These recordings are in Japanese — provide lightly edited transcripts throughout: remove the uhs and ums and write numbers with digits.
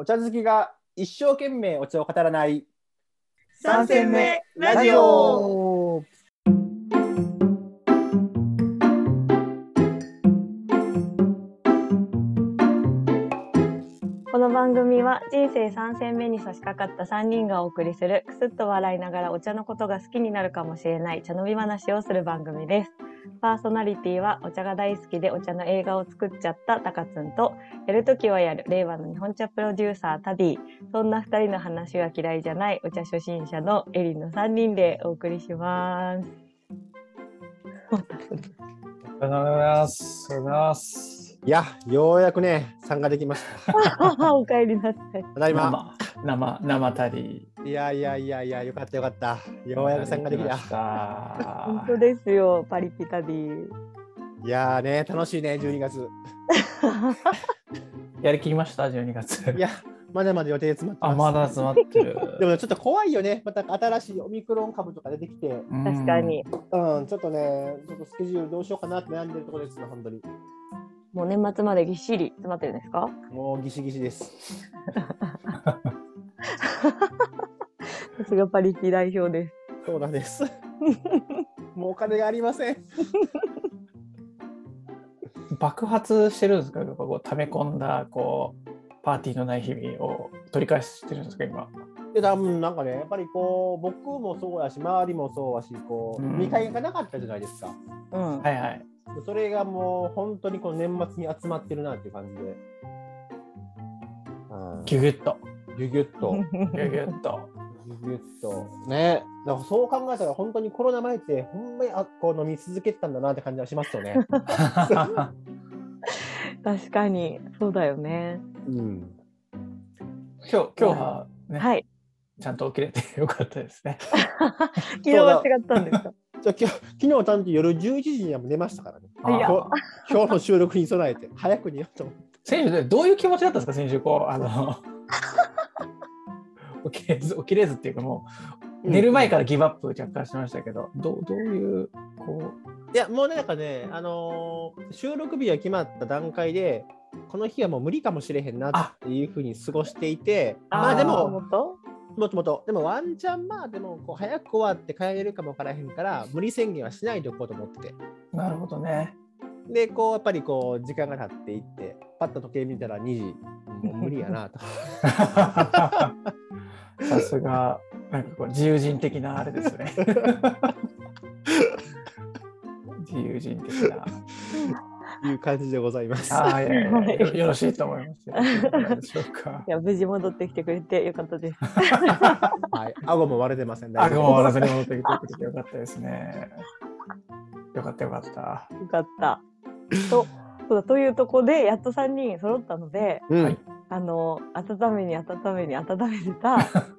お茶好きが一生懸命お茶を語らない 3戦目ラジオ。この番組は人生3戦目に差し掛かった3人がお送りするくすっと笑いながらお茶のことが好きになるかもしれない茶飲み話をする番組です。パーソナリティはお茶が大好きでお茶の映画を作っちゃったたかつんと、やるときはやる令和の日本茶プロデューサータディ、そんな2人の話は嫌いじゃないお茶初心者のエリンの3人でお送りします。 おはようございます。おはようございます。 いや、ようやくね、参加できました。 お帰りなさい。 ただいま。 生たり。 いや、よかったよかった。ようやく参加できた。 本当ですよ、パリピタディ。 いやーね、楽しいね、12月。 やりきりました、12月。 いや、まだまだ予定詰まってます。 まだ詰まってる。 でもちょっと怖いよね。また新しいオミクロン株とか出てきて。 確かに。 ちょっとね、ちょっとスケジュールどうしようかなって悩んでるところですよ、本当に。 もう年末までぎっしり詰まってるんですか？ もうギシギシです。 さすがパリピ代表です。 そうなんです。もうお金がありません。 爆発してるんですか？こう溜め込んだパーティーのない日々を取り返してるんですか今？ なんかね、やっぱり僕もそうやし、周りもそうやし、見返りがなかったじゃないですか。 はいはい。 それがもう本当に年末に集まってるなっていう感じで。 ギュギュッと。 ギュギュッと。 ギュギュッと。 ギュギュッと。ね。だからそう考えたら本当にコロナ前ってほんまに飲み続けてたんだなって感じはしますよね。 確かにそうだよね。 今日はね、 はい、 ちゃんと起きれてよかったですね。 昨日は違ったんですか？ 昨日ちゃんと夜11時には寝ましたからね。今日の収録に備えて早く寝ようと思って。 先週どういう気持ちだったんですか？先週起きれずっていうかもう寝る前からギブアップ若干しましたけど、どういういやもうなんかね、収録日が決まった段階でこの日はもう無理かもしれへんなっていうふうに過ごしていて、でももともとでもワンチャンでも早く終わって帰れるかもわからへんから無理宣言はしないでおこうと思ってて。 なるほどね。 でやっぱり時間が経っていってパッと時計見たら2時、もう無理やなと。 さすがなんか自由人的なあれですね。自由人的ないう感じでございます。 よろしいと思います。 いや無事戻ってきてくれてよかったです。 はい、顎も割れてません。 顎も割らずに戻ってきてくれてよかったですね。よかった。よかった。 というところでやっと3人揃ったので、 はい、 温めてた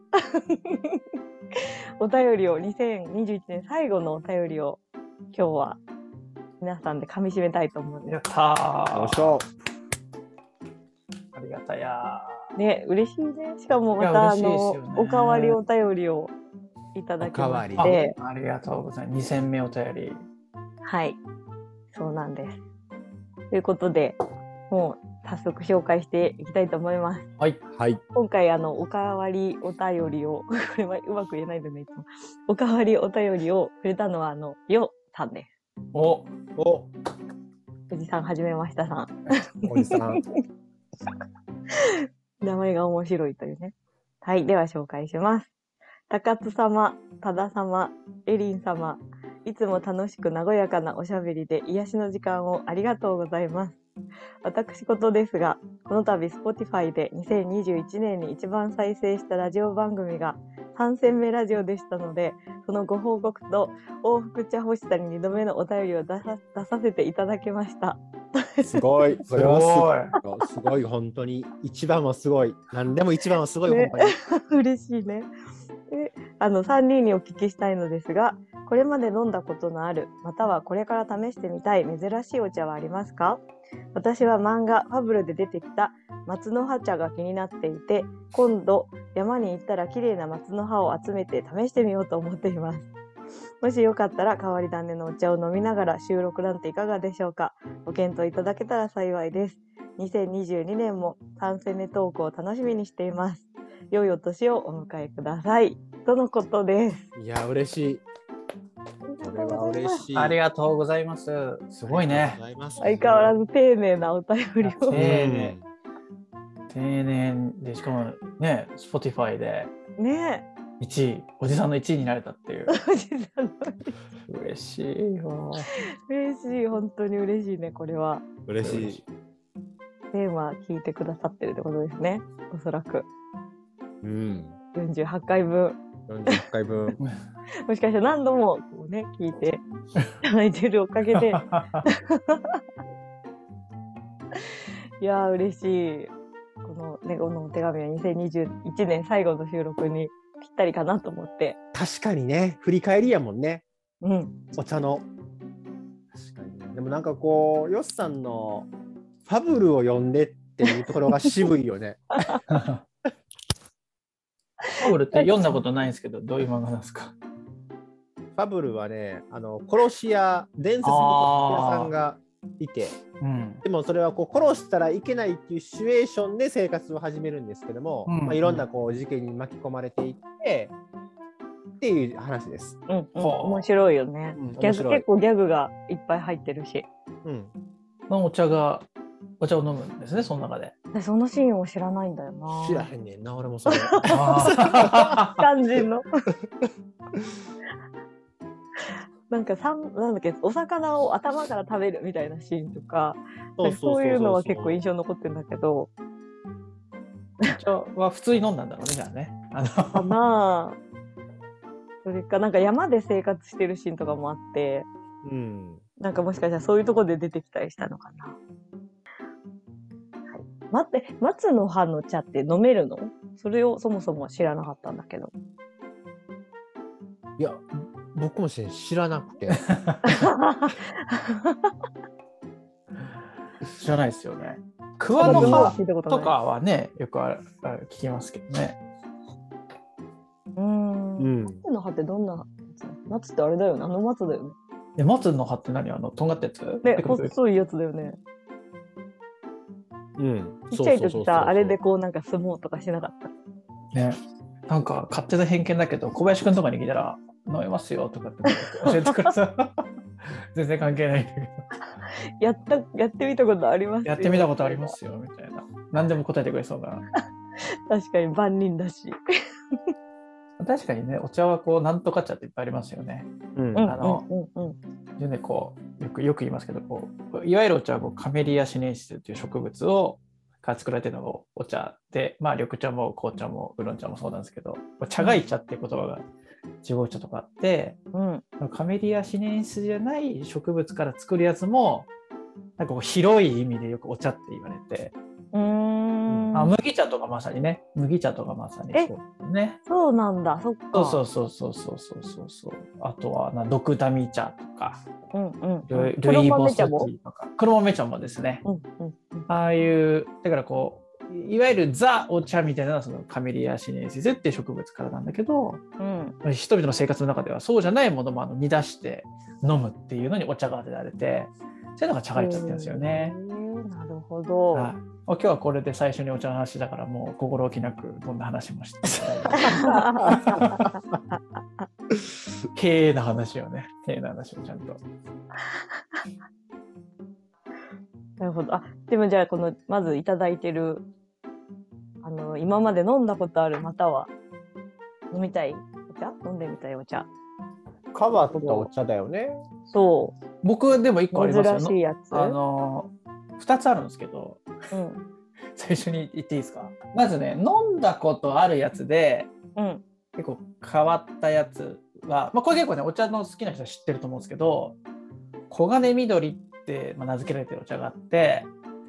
お便りを2021年最後のお便りを今日は皆さんで噛み締めたいと思います。 やったー。 よいしょ。 ありがたやね、嬉しいね。しかもまたおかわりお便りをいただきまして、 ありがとうございます。2戦目お便り。 はい、そうなんです。ということで、もう早速紹介していきたいと思います。 はいはい。 今回おかわりお便りをこれはうまく言えないんだねいつも。おかわりお便りをくれたのはよさんです。 おじさんはじめましたさん。 おじさん。 名前が面白いというね。はい、では紹介します。高津様、多田様、エリン様、いつも楽しく和やかなおしゃべりで癒しの時間をありがとうございます。私事ですが、この度 Spotify で2021年に一番再生したラジオ番組が3戦目ラジオでしたので、そのご報告と往復茶欲しさに2度目のお便りを出させていただきました。 すごい。それはすごい。本当に一番はすごい。何でも一番はすごい。 ね、嬉しいね。で3人にお聞きしたいのですが、これまで飲んだことのある、またはこれから試してみたい珍しいお茶はありますか？私は漫画ファブルで出てきた松の葉茶が気になっていて、今度山に行ったら綺麗な松の葉を集めて試してみようと思っています。 もしよかったら変わり種のお茶を飲みながら収録なんていかがでしょうか。ご検討いただけたら幸いです。2022年も3戦目トークを楽しみにしています。良いお年をお迎えください。とのことです。 いや、嬉しい。これは嬉しい。 ありがとうございます。すごいね。 相変わらず丁寧なお便りを。 丁寧で、しかもね、Spotify で1位、おじさんの1位になれたっていう。 おじさんの嬉しいよ。 嬉しい、本当に嬉しいね、これは。 嬉しい。 テーマ聞いてくださってるってことですね、おそらく。48回分。 48回分。 もしかしたら何度もこうね、聞いていただいてるおかげで。いやー、嬉しい。このお手紙は2021年最後の収録にぴったりかなと思って。 確かにね、振り返りやもんね。お茶の。確かにね。でもなんかこう、ヨッさんのファブルを読んでっていうところが渋いよね。 ファブルって読んだことないんですけど、どういう漫画なんですか？ ファブルはね、殺し屋、伝説の殺し屋さんがいて、でもそれはこう殺したらいけないっていうシチュエーションで生活を始めるんですけども、いろんなこう事件に巻き込まれていってっていう話です。 面白いよね。結構ギャグがいっぱい入ってるし。 お茶を飲むんですね、その中で。 そのシーンを知らないんだよな。 知らへんねんな、俺もそれ。 肝心の。なんだっけ、お魚を頭から食べるみたいなシーンとか、そういうのは結構印象残ってるんだけど。 お茶は普通に飲んだんだろうね、じゃあね。 かなぁ。それか、なんか山で生活してるシーンとかもあって、なんかもしかしたらそういうところで出てきたりしたのかな。待って、松の葉の茶って飲めるの？それをそもそも知らなかったんだけど。 いや、僕も知らなくて。 知らないですよね。桑の葉とかはね、よく聞きますけどね。 松の葉ってどんなやつ？松ってあれだよね。松だよね。 松の葉って何？とんがったやつ？ ね、細いやつだよね。ちっちゃい時さ、あれでこうなんか相撲とかしなかった？ ね。なんか勝手な偏見だけど、小林くんとかに聞いたら、飲めますよとかって教えてください。全然関係ないんだけど。 やってみたことありますよ。 やってみたことありますよみたいな。何でも答えてくれそうな。 確かに万人だし。 確かにね、お茶はこうなんとか茶っていっぱいありますよね。でこうよく言いますけど、こういわゆるお茶はこうカメリアシネンシスという植物から作られているのがお茶で、緑茶も紅茶もウーロン茶もそうなんですけど、茶がい茶っていう言葉が地方茶とかあって、カメリアシネンシスじゃない植物から作るやつもなんかこう広い意味でよくお茶って言われて。麦茶とかまさにね、そうね。 そうなんだ、そっか。 そう。あとはドクダミ茶とか、ルイボスティーとか、黒豆茶もですね。ああいうだからこういわゆるザお茶みたいなのはそのカメリアシネンシスっていう植物からなんだけど、人々の生活の中ではそうじゃないものも煮出して飲むっていうのにお茶が当てられて、そういうのが茶がい茶って言うんですよね。 なるほど。 今日はこれで最初にお茶の話だからもう心置きなくどんな話もして経営の話をちゃんと。 なるほど。でもじゃあまずいただいてる今まで飲んだことあるまたは飲んでみたいお茶。 変わったお茶だよね。 そう。 僕でも1個ありますよ。 珍しいやつ。 2つあるんですけど、最初に言っていいですか？まずね、飲んだことあるやつで、結構変わったやつは、これ結構ね、お茶の好きな人は知ってると思うんですけど、黄金緑って名付けられてるお茶があって、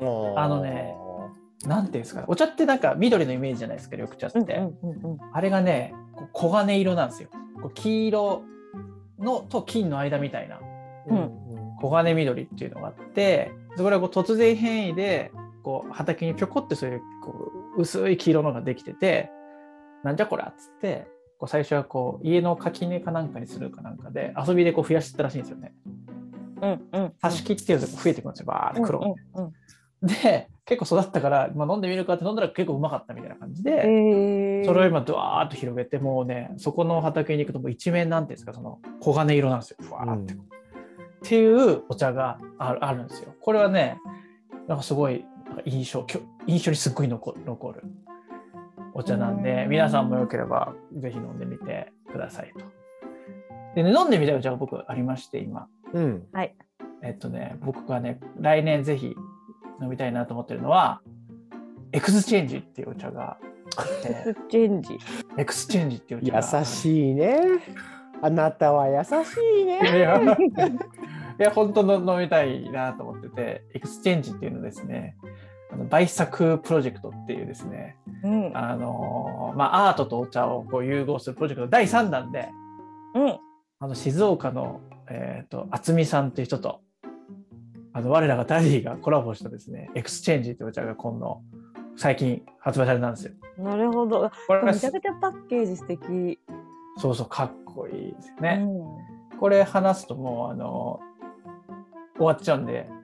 なんていうんですかね、お茶ってなんか緑のイメージじゃないですか、緑茶って。あれがね、黄金色なんですよ。黄色と金の間みたいな。黄金緑っていうのがあって、それは突然変異で畑にぴょこってそういう薄い黄色のができてて、なんじゃこりゃっつってこう最初はこう家の垣根かなんかにするかなんかで遊びでこう増やしてたらしいんですよね。差し切っていうと増えてくるんですよ、バーって黒が、で結構育ったから、まあ、飲んでみるかって飲んだら結構うまかったみたいな感じで、それを今ドワーッと広げて、もうねそこの畑に行くともう一面なんていうんですか、その黄金色なんですよ、ふわーって、っていうお茶があるんですよ。これはねなんかすごい印象にすっごい残るお茶なんで、皆さんもよければぜひ飲んでみてくださいと。でね、飲んでみたいお茶が僕ありまして今、 はい、 僕がね来年ぜひ飲みたいなと思ってるのはエクスチェンジっていうお茶があって、エクスチェンジっていうお茶が優しいね、あなたは優しいね。 いや本当の飲みたいなと思ってて、エクスチェンジっていうのですね、バイサクプロジェクトっていうですね、アートとお茶をこう融合するプロジェクト第3弾で、静岡の、渥美さんという人と我らがダディがコラボしたですね、エクスチェンジというお茶が今度最近発売されたんですよ。 なるほど。めちゃくちゃパッケージ素敵。 そうかっこいいですね。これ話すともう終わっちゃうんで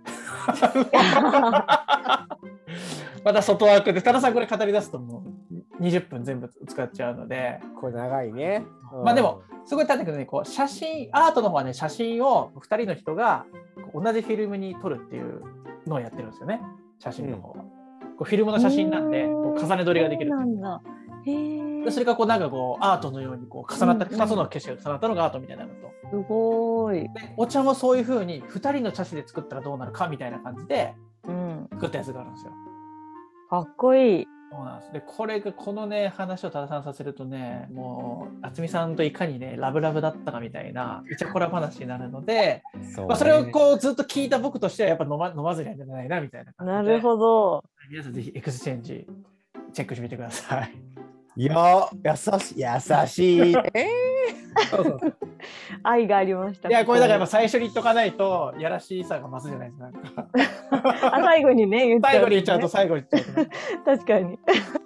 また外枠で、多田さんこれ語り出すともう20分全部使っちゃうので、 これ長いね。 まあでもすごい単純にね、こう写真アートの方はね、写真を2人の人が同じフィルムに撮るっていうのをやってるんですよね、写真の方は。こうフィルムの写真なんでこう重ね撮りができるっていう。でそれがこうなんかこうアートのようにこう重なった2つの景色が重なったのがアートみたいになると。 すごい。 でお茶もそういう風に2人の茶師で作ったらどうなるかみたいな感じで作ったやつがあるんですよ。 かっこいい。 そうなんです。でこのね話を多田さんさせるとね、もう渥美さんといかにねラブラブだったかみたいなイチャコラ話になるので、それをこうずっと聞いた僕としてはやっぱ飲まずにはいられないなみたいな感じで。 なるほど。 皆さんぜひエクスチェンジチェックしてみてください。 いや優しいね。 そう愛がありました。 いやこれだからやっぱ最初に言っとかないとやらしさが増すじゃないですか。 最後にね言っちゃう、ね、 最後に言っちゃうと最後に言っちゃうと、ね、 確かに。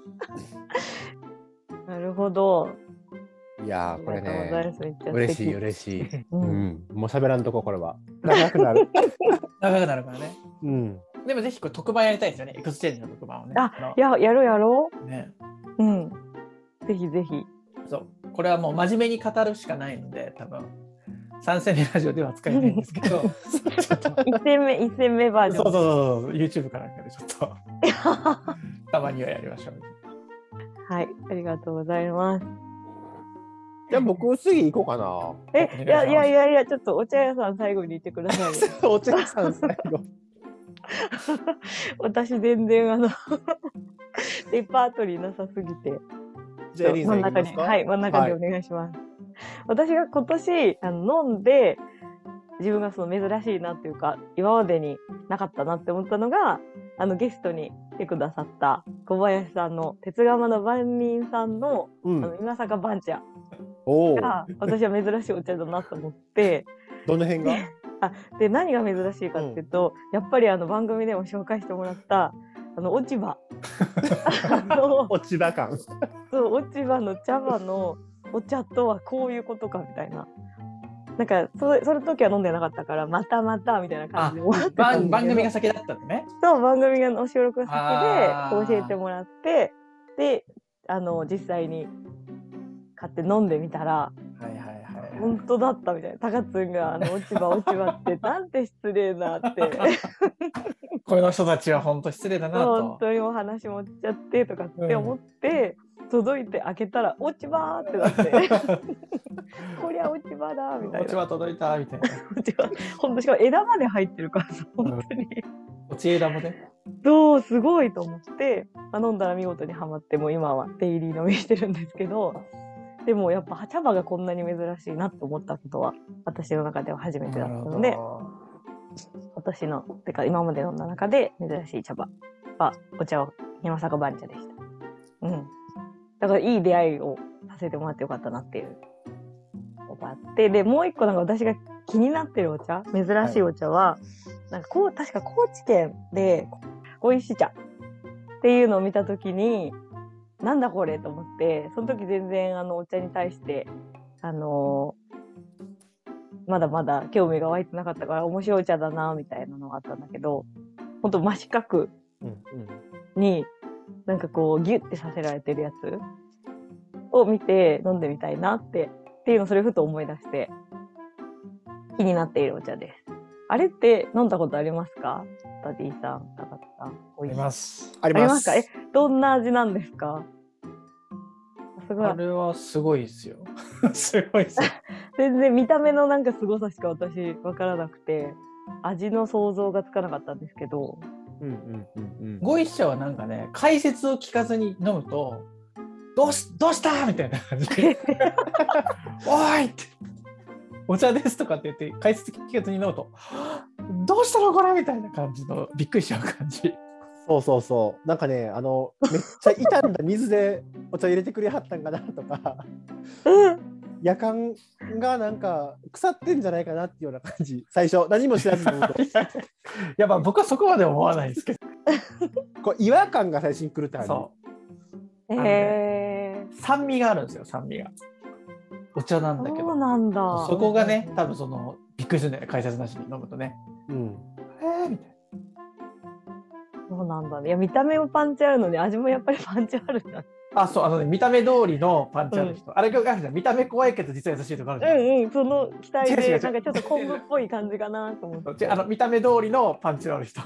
なるほど。 いやこれね嬉しい、もう喋らんとこ、これは長くなるからね。でもぜひこれ特番やりたいですよね、エクスチェンジの特番をね。 やろうね。 ぜひぜひ。 そうこれはもう真面目に語るしかないので、多分3戦目ラジオでは使えないんですけど 1戦目バージョン。 そう YouTube かなんかでちょっとたまにはやりましょう。 はい、ありがとうございます。 じゃあ僕次行こうかな。 いやちょっとお茶屋さん最後に言ってください。 お茶屋さん最後。 私全然レパートリーなさすぎて。 じゃあエリンさん行きますか？ はい、真ん中にお願いします。私が今年飲んで自分がその珍しいなっていうか今までになかったなって思ったのがゲストに来てくださった小林さんの鉄釜の番人さんの、今坂番茶が私は珍しいお茶だなと思って。 どの辺がで何が珍しいかっていうと、やっぱり番組でも紹介してもらった落ち葉落ち葉感。 そう落ち葉の茶葉のお茶とはこういうことかみたいな。なんかその時は飲んでなかったからまたみたいな感じで思ってたんだけど、 番組が先だったんだね。 そう番組がお収録が先で教えてもらって、で実際に買って飲んでみたら、本当だったみたいな。タカツンが落ち葉ってなんて失礼なってこの人たちは本当失礼だなと。 本当にお話持っちゃってとかって思って、届いて開けたら落ち葉ってなってこりゃ落ち葉だみたいな。 落ち葉届いたみたいな。 本当しかも枝まで入ってるからさ、本当に落ち枝もね。 そうすごいと思って、飲んだら見事にはまって、もう今はデイリー飲みしてるんですけど、でもやっぱ茶葉がこんなに珍しいなと思ったことは私の中では初めてだったので、私のてか今まで飲んだ中で珍しい茶葉はお茶を今坂番茶でした。だからいい出会いをさせてもらってよかったなっていうのがあって、でもう一個なんか私が気になってるお茶、珍しいお茶はなんか確か高知県で小石茶っていうのを見たときに、 なんだこれと思って、その時全然お茶に対してまだまだ興味が湧いてなかったから面白いお茶だなみたいなのがあったんだけど、ほんと真四角になんかこうギュッてさせられてるやつを見て飲んでみたいなっていうのをそれふと思い出して気になっているお茶です。あれって飲んだことありますか？ダディさん、高田さん。 あります。 ありますか？ どんな味なんですか？すごい。 あれはすごいですよ。すごいですよ。 全然見た目のなんかすごさしか私分からなくて、味の想像がつかなかったんですけど。 ご一社はなんかね、解説を聞かずに飲むと、どうしたみたいな感じで、おーいって、お茶ですとかって言って解説聞かずに飲むと、どうしたのこれみたいな感じのびっくりしちゃう感じ。 そうなんかね、めっちゃ傷んだ水でお茶入れてくれはったんかなとか夜間がなんか腐ってんじゃないかなっていうような感じ、最初何も知らずに飲むとやっぱ僕はそこまで思わないですけど、 こう違和感が最初に来るって感じ。 酸味があるんですよ。酸味がお茶なんだけど、 そうなんだ。 そこがね、多分そのびっくりするんだよね、解説なしに飲むとね。みたいな。 そうなんだね。いや、見た目もパンチあるのに味もやっぱりパンチあるんだ。 あ、そう、見た目通りのパンチある人、あれが見た目怖いけど実は優しいとかあるじゃん。 その期待でなんかちょっと昆布っぽい感じかなと思って。 見た目通りのパンチのある人。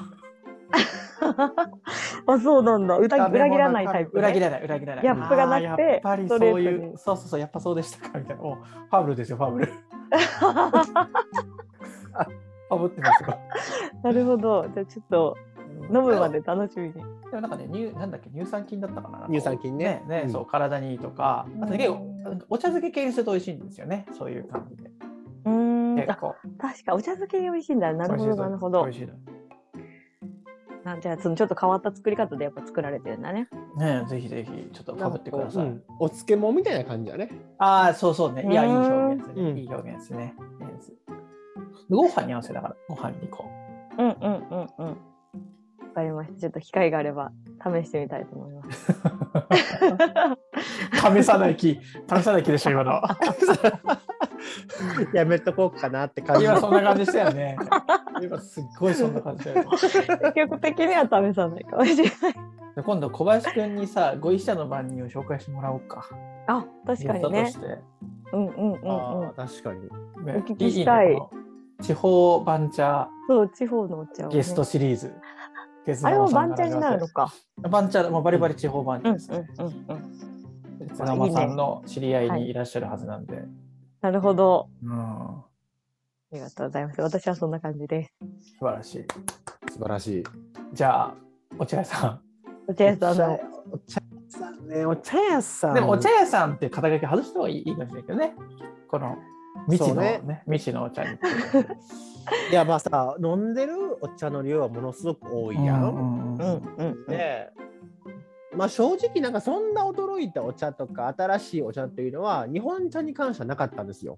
あ、そうなんだ。裏切らないタイプ、ね。 裏切らない。 ギャップがなくて、 やっぱりそういう、そう、やっぱそうでしたかみたいな。もうファブルですよ、ファブル。ファブってますよ。 なるほど。じゃあちょっと飲むまで楽しみに。でもなんかね、なんだっけ、乳酸菌だったかな。 乳酸菌ね。 そう、体にいいとか、あと結構お茶漬け系にすると美味しいんですよね。そういう感じで。 結構。確かお茶漬け美味しいんだ。なるほど。美味しい。じゃあちょっと変わった作り方でやっぱ作られてるんだね。 ね、ぜひぜひちょっとかぶってください。 お漬物みたいな感じだね。 ああ、そうね。いや、いい表現ですね。いい表現ですね。ご飯に合わせながらご飯にこう。わかりました。ちょっと機会があれば試してみたいと思います。 試さない気でしょ今の。 やめとこうかなって感じ。 今そんな感じしたよね。今すっごいそんな感じだよね。 積極的には試さないかもしれない。 今度小林くんにさ、ご一社の番人を紹介してもらおうか。 あ、確かにね。 確かに。 お聞きしたい。 地方番茶。 そう、地方のお茶を、 ゲストシリーズ。 あれも番茶になるのか。 番茶、もうバリバリ地方番茶ですね。津山さんの知り合いにいらっしゃるはずなんで。 なるほど。ありがとうございます。私はそんな感じです。 素晴らしい。 素晴らしい。 じゃあ、お茶屋さん。 お茶屋さん。 でもお茶屋さんって肩書き外した方がいいかもしれないけどね。この未知のね、未知のお茶に。 いやまあさ、飲んでるお茶の量はものすごく多いやん。で、まあ正直なんかそんな驚いたお茶とか新しいお茶というのは日本茶に関してはなかったんですよ。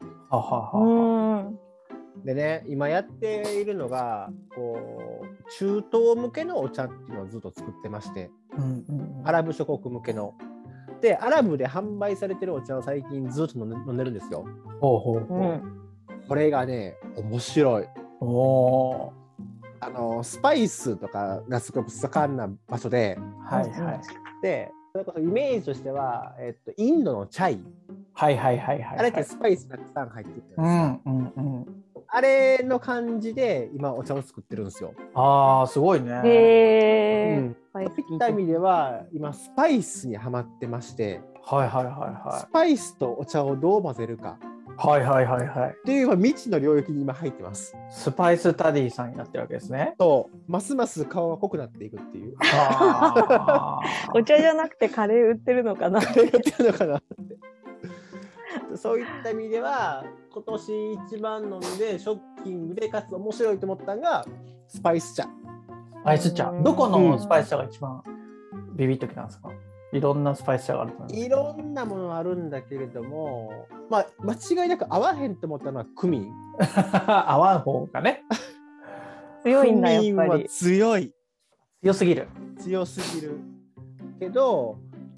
でね、今やっているのがこう中東向けのお茶っていうのをずっと作ってまして、アラブ諸国向けの。で、アラブで販売されてるお茶を最近ずっと飲んでるんですよ。これがね、面白い。スパイスとかがすごく盛んな場所で、で、それこそイメージとしては、インドのチャイ。あれってスパイスたくさん入ってるじゃないですか。あれの感じで今お茶を作ってるんですよ。 ああ、すごいね。 そういった意味では今スパイスにはまってまして、スパイスとお茶をどう混ぜるか。っていう未知の領域に今入ってます。 スパイスタディさんになってるわけですね。 そう、ますます顔が濃くなっていくっていう。 お茶じゃなくてカレー売ってるのかな。 カレー売ってるのかなって。そういった意味では今年一番飲んでショッキングでかつ面白いと思ったのがスパイス茶。 スパイス茶。どこのスパイス茶が一番ビビッときたんですか？いろんなスパイス茶があると思います。 いろんなものあるんだけれども、まあ間違いなく合わへんと思ったのはクミン。 合わん方がね。 強いんだやっぱり。 クミンは強すぎるけど、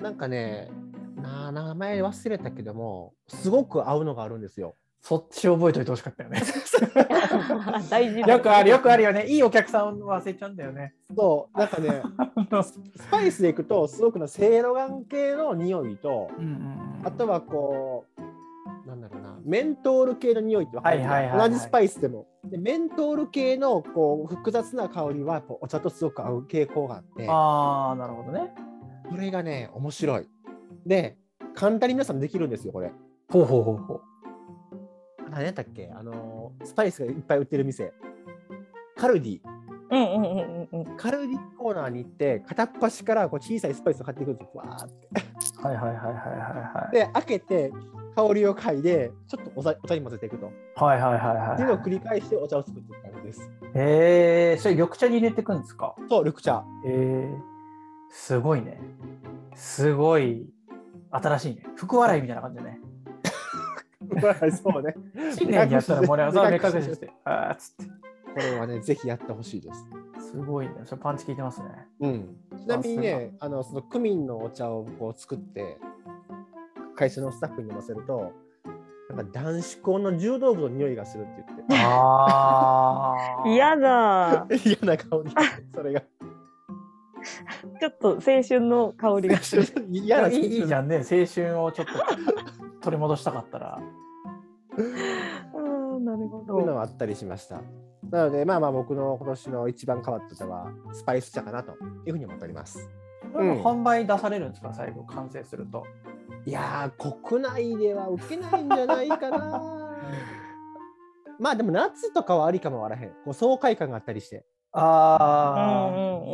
なんかね、名前忘れたけども、すごく合うのがあるんですよ。 そっち覚えておいてほしかったよね。 大事よくあるよね。いいお客さん忘れちゃうんだよね。 そう、なんかね、スパイスでいくと、すごくせいろがん系の匂いと、あとはこう、なんだろうな、メントール系の匂いって分かる、同じスパイスでも。でメントール系のこう複雑な香りはお茶とすごく合う傾向があって。 ああ、なるほどね。 これがね、面白い。で、簡単に皆さんできるんですよ、これ。 ほうほうほうほう。 何やったっけ、スパイスがいっぱい売ってる店。カルディ。カルディコーナーに行って、片っ端からこう小さいスパイスを買っていくんですよ、わーって。 はいはいはいはいはい。 で、開けて、香りを嗅いで、ちょっとお茶に混ぜていくと。 はいはいはいはい。 っていうのを繰り返してお茶を作っていく感じです。 それ緑茶に入れていくんですか？ そう、緑茶。 すごいね。すごい新しいね。福笑いみたいな感じだね。 そうね。 新年にやったらもうね、目隠しして、あーっつって。 これはね、ぜひやってほしいです。 すごいね。それパンチ効いてますね。 うん。ちなみにね、そのクミンのお茶をこう作って、会社のスタッフに飲ませると、なんか男子校の柔道部の匂いがするって言って。 ああ。嫌だ。 嫌な香り。それが。 ちょっと青春の香りがする。 いいじゃんね。青春をちょっと取り戻したかったら。 なるほど。 そういうのはあったりしました。なので、僕の今年の一番変わった茶はスパイス茶かなというふうに思っております。 販売出されるんですか、最後完成すると。 いやー、国内では受けないんじゃないかな。でも夏とかはありかもわらへん。こう爽快感があったりして。 ハ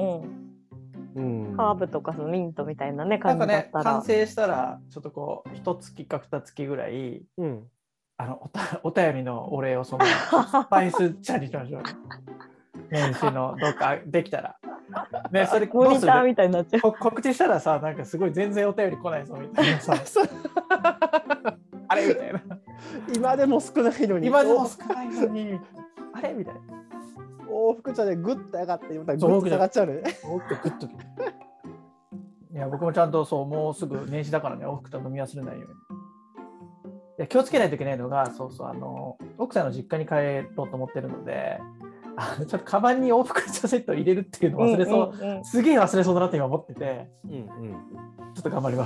ーブとかそのミントみたいなね感じだったら。 完成したらちょっとこう1月か2月ぐらい、お便りのお礼をそのスパイス茶にしましょう。年始のどっかできたら。ね、それモニターみたいになっちゃう。 告知したらさ、なんかすごい全然お便り来ないぞみたいなさ。あれみたいな。 今でも少ないのに。 あれみたいな。 往復茶でグッと上がって、またグッと下がっちゃうね。 いや、僕もちゃんとそう、もうすぐ年始だからね、往復茶飲み忘れないように。いや、気をつけないといけないのが、奥さんの実家に帰ろうと思ってるので、ちょっとカバンに往復茶セット入れるっていうの忘れそう、すげえ忘れそうだなって今思ってて、ちょっと頑張ります。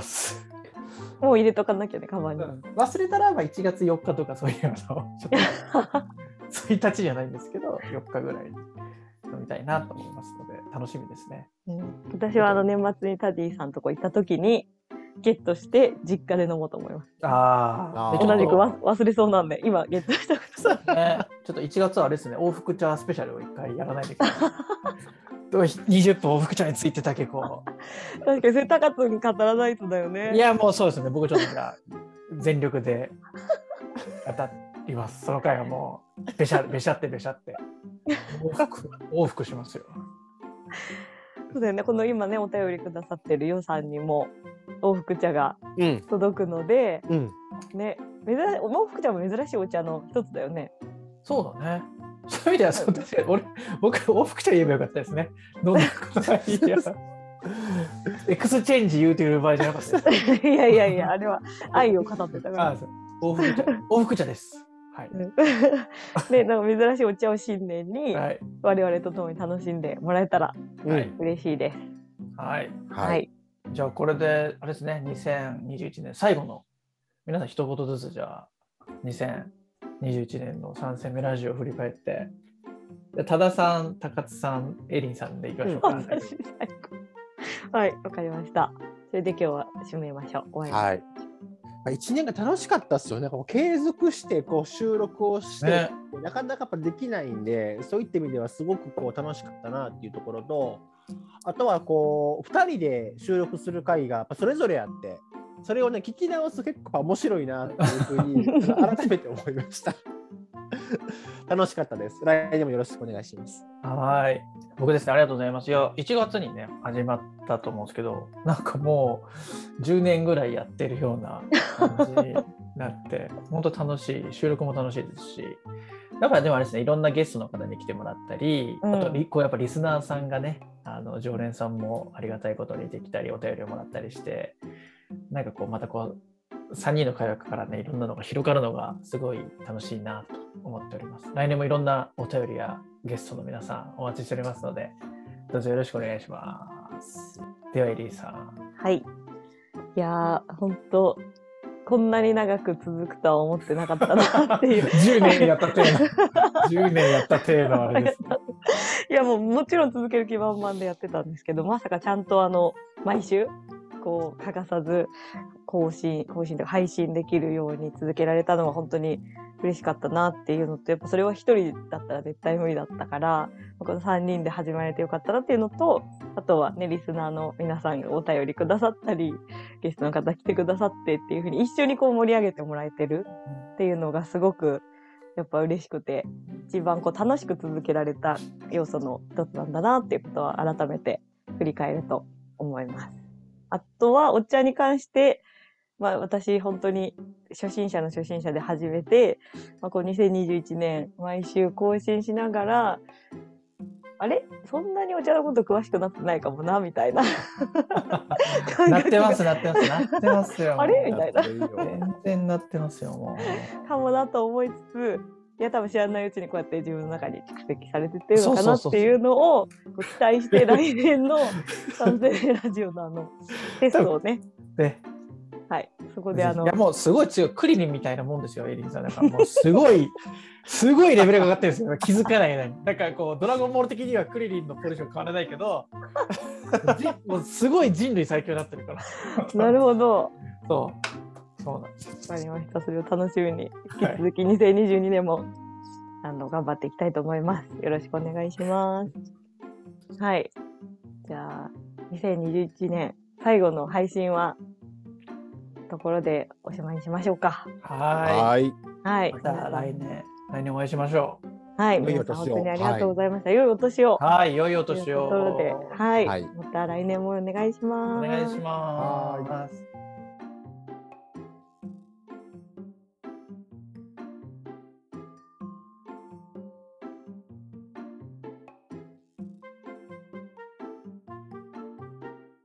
もう入れとかなきゃね、カバンに。 忘れたら1月4日とかそういうちょっと1日じゃないんですけど、4日ぐらい飲みたいなと思いますので、楽しみですね。 私は年末にタディさんとこ行った時にゲットして実家で飲もうと思います。同じく忘れそうなんで今ゲットしたくだちょっと1月はあれですね、往復茶スペシャルを1回やらないといけない。20分往復茶についてだけこう。確かにそれ高津に語らないとだよね。 いやもうそうですね、僕ちょっと全力で当たります。その回はもうべしゃって往復しますよ。 そうだよね、この今ねお便りくださってるよさんにも往復茶が届くので、ね、往復茶も珍しいお茶の一つだよね。 そうだね。そういう意味では僕往復茶言えばよかったですね。どんなことがいいや。エクスチェンジ言うてる場合じゃなかったです。 いやあれは愛を語ってたから。 往復茶です。はい。 ね、なんか珍しいお茶を新年に我々と共に楽しんでもらえたら嬉しいです。 はい。じゃあこれであれですね、2021年最後の皆さん一言ずつじゃあ2021年の3戦目ラジオを振り返って、多田さん、高津さん、エリンさんでいきましょうか。 はい、わかりました。それで今日は締めましょう。 はい。1年が楽しかったですよね。継続して収録をして、なかなかやっぱできないんで、そういった意味ではすごく楽しかったなっていうところと、あとは2人で収録する回がやっぱそれぞれあって、それをね聞き直すと結構面白いなっていうふうに改めて思いました。楽しかったです。来年もよろしくお願いします。 はい。僕ですね、ありがとうございます。1月にね、始まったと思うんですけど、なんかもう10年ぐらいやってるような感じになって、本当楽しい、収録も楽しいですし、だからでもあれですね、いろんなゲストの方に来てもらったり、あとやっぱリスナーさんがね、常連さんもありがたいことにできたり、お便りをもらったりして、 なんかこうまたこう3人の会話からねいろんなのが広がるのがすごい楽しいなと思っております。来年もいろんなお便りやゲストの皆さんお待ちしておりますので、どうぞよろしくお願いします。ではエリーさん。 はい。いやー、本当こんなに長く続くとは思ってなかったなっていう。 10年やった体の、10年やった体のあれです。 いや、もちろん続ける気満々でやってたんですけど、まさかちゃんと毎週、こう、欠かさず、更新というか配信できるように続けられたのは本当に嬉しかったなっていうのと、やっぱそれは一人だったら絶対無理だったから、この3人で始まれてよかったなっていうのと、あとはね、リスナーの皆さんがお便りくださったり、ゲストの方来てくださってっていう風に一緒にこう盛り上げてもらえてるっていうのがすごくやっぱ嬉しくて、一番こう楽しく続けられた要素の一つなんだなっていうことは改めて振り返ると思います。あとはおっちゃんに関して、私本当に初心者の初心者で始めて、こう2021年毎週更新しながら、あれそんなにお茶のこと詳しくなってないかもなみたいななってますよあれみたいな全然なってますよもうかもなと思いつつ、いや多分知らないうちにこうやって自分の中に蓄積されてってるのかなっていうのを期待して来年の三千名ラジオのテストをねはい、そこでいやもうすごい強いクリリンみたいなもんですよエリンさん。だからもうすごいレベルが上がってるんですよ。気づかないように。なんかこうドラゴンボール的にはクリリンのポジション変わらないけどもうすごい人類最強になってるからなるほど。 そうなんです。 わかりました。それを楽しみに引き続き2022年も頑張っていきたいと思います。よろしくお願いします。はい。じゃあ2021年最後の配信はところでおしまいにしましょうか。 はい。 また来年お会いしましょう。はい。皆さん本当にありがとうございました。良いお年を。 はい。良いお年を。 ということで、はい。また来年もお願いします。 お願いします。